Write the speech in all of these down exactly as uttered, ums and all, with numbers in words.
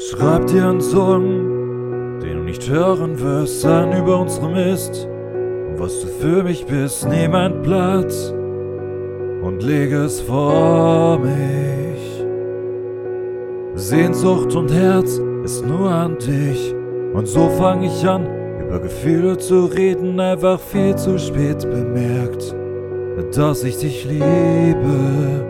Schreib dir einen Song, den du nicht hören wirst, sein über unsere Mist. Und was du für mich bist, nehm ein Blatt und lege es vor mich. Sehnsucht und Herz ist nur an dich. Und so fang ich an, über Gefühle zu reden, einfach viel zu spät bemerkt, dass ich dich liebe.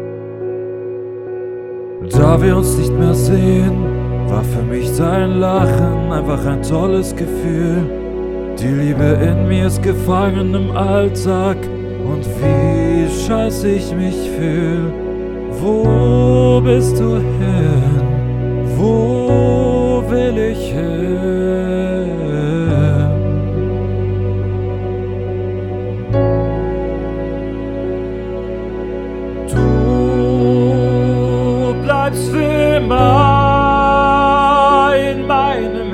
Da wir uns nicht mehr sehen, war für mich dein Lachen einfach ein tolles Gefühl. Die Liebe in mir ist gefangen im Alltag und wie scheiße ich mich fühl. Wo bist du hin? Wo will ich hin? Du bleibst für immer in meinem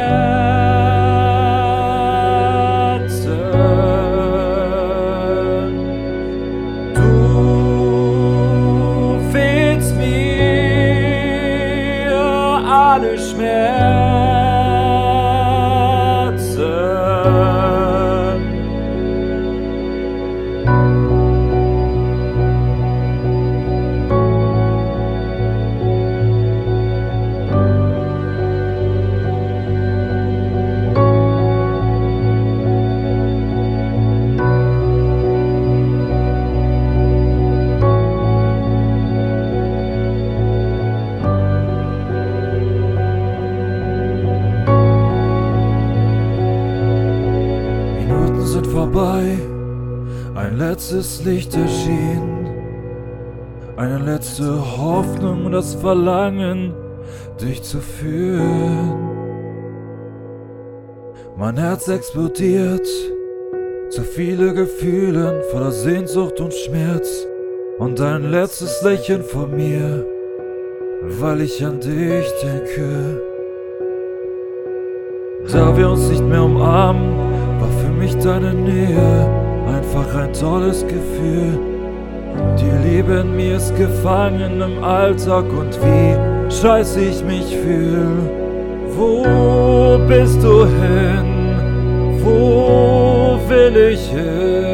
Herzen. Du fehlst mir alle Schmerzen. Sind vorbei, ein letztes Licht erschien, eine letzte Hoffnung und das Verlangen, dich zu fühlen. Mein Herz explodiert, zu viele Gefühle voller Sehnsucht und Schmerz und ein letztes Lächeln vor mir, weil ich an dich denke. Da wir uns nicht mehr umarmen, war für mich deine Nähe einfach ein tolles Gefühl. Die Liebe in mir ist gefangen im Alltag und wie scheiße ich mich fühl. Wo bist du hin? Wo will ich hin?